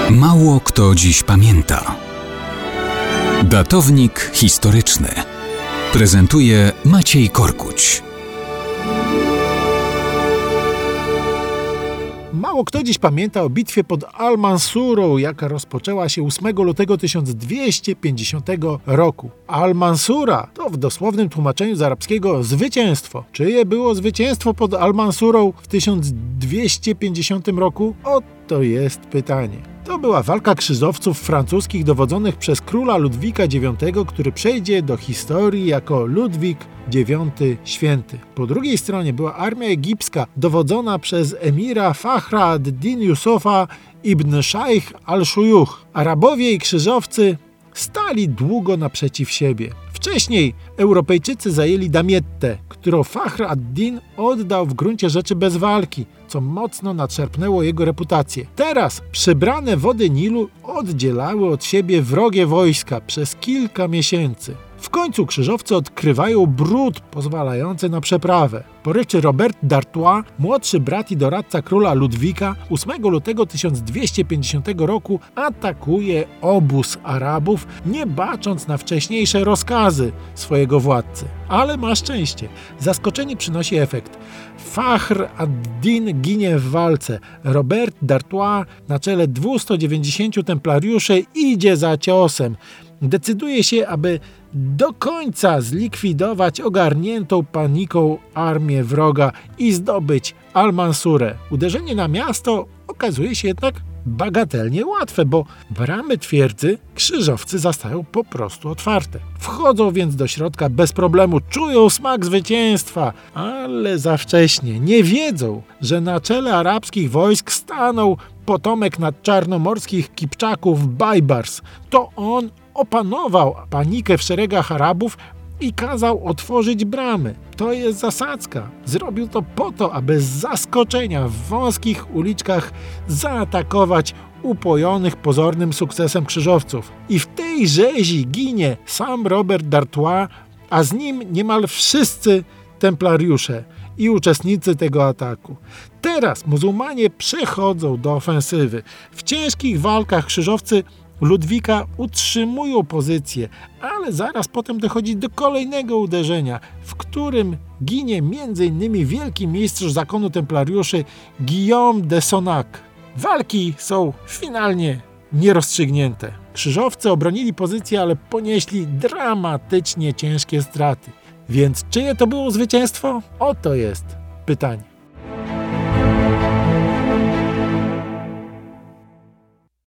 Mało kto dziś pamięta. Datownik historyczny prezentuje Maciej Korkuć. Mało kto dziś pamięta o bitwie pod Al-Mansurą, jaka rozpoczęła się 8 lutego 1250 roku. Al-Mansura to w dosłownym tłumaczeniu z arabskiego zwycięstwo. Czyje było zwycięstwo pod Al-Mansurą w 1250 roku? Oto jest pytanie. To była walka krzyżowców francuskich dowodzonych przez króla Ludwika IX, który przejdzie do historii jako Ludwik IX Święty. Po drugiej stronie była armia egipska dowodzona przez emira Fachra ad-Din Yusufa ibn Shaykh al-Shuyukh. Arabowie i krzyżowcy stali długo naprzeciw siebie. Wcześniej Europejczycy zajęli Damietę, którą Fachr ad-Din oddał w gruncie rzeczy bez walki, co mocno nadszarpnęło jego reputację. Teraz przybrane wody Nilu oddzielały od siebie wrogie wojska przez kilka miesięcy. W końcu krzyżowcy odkrywają brud pozwalający na przeprawę. Poryczy Robert d'Artois, młodszy brat i doradca króla Ludwika, 8 lutego 1250 roku atakuje obóz Arabów, nie bacząc na wcześniejsze rozkazy swojego władcy. Ale ma szczęście. Zaskoczenie przynosi efekt. Fachr ad-Din ginie w walce. Robert d'Artois na czele 290 templariuszy idzie za ciosem. Decyduje się, aby do końca zlikwidować ogarniętą paniką armię wroga i zdobyć Al-Mansurę. Uderzenie na miasto okazuje się jednak bagatelnie łatwe, bo bramy twierdzy krzyżowcy zastają po prostu otwarte. Wchodzą więc do środka bez problemu, czują smak zwycięstwa, ale za wcześnie. Nie wiedzą, że na czele arabskich wojsk stanął potomek nadczarnomorskich Kipczaków Bajbars. To on opanował panikę w szeregach Arabów i kazał otworzyć bramy. To jest zasadzka. Zrobił to po to, aby z zaskoczenia w wąskich uliczkach zaatakować upojonych pozornym sukcesem krzyżowców. I w tej rzezi ginie sam Robert d'Artois, a z nim niemal wszyscy templariusze i uczestnicy tego ataku. Teraz muzułmanie przechodzą do ofensywy. W ciężkich walkach krzyżowcy Ludwika utrzymują pozycję, ale zaraz potem dochodzi do kolejnego uderzenia, w którym ginie m.in. wielki mistrz zakonu templariuszy Guillaume de Sonnac. Walki są finalnie nierozstrzygnięte. Krzyżowcy obronili pozycję, ale ponieśli dramatycznie ciężkie straty. Więc czyje to było zwycięstwo? Oto jest pytanie.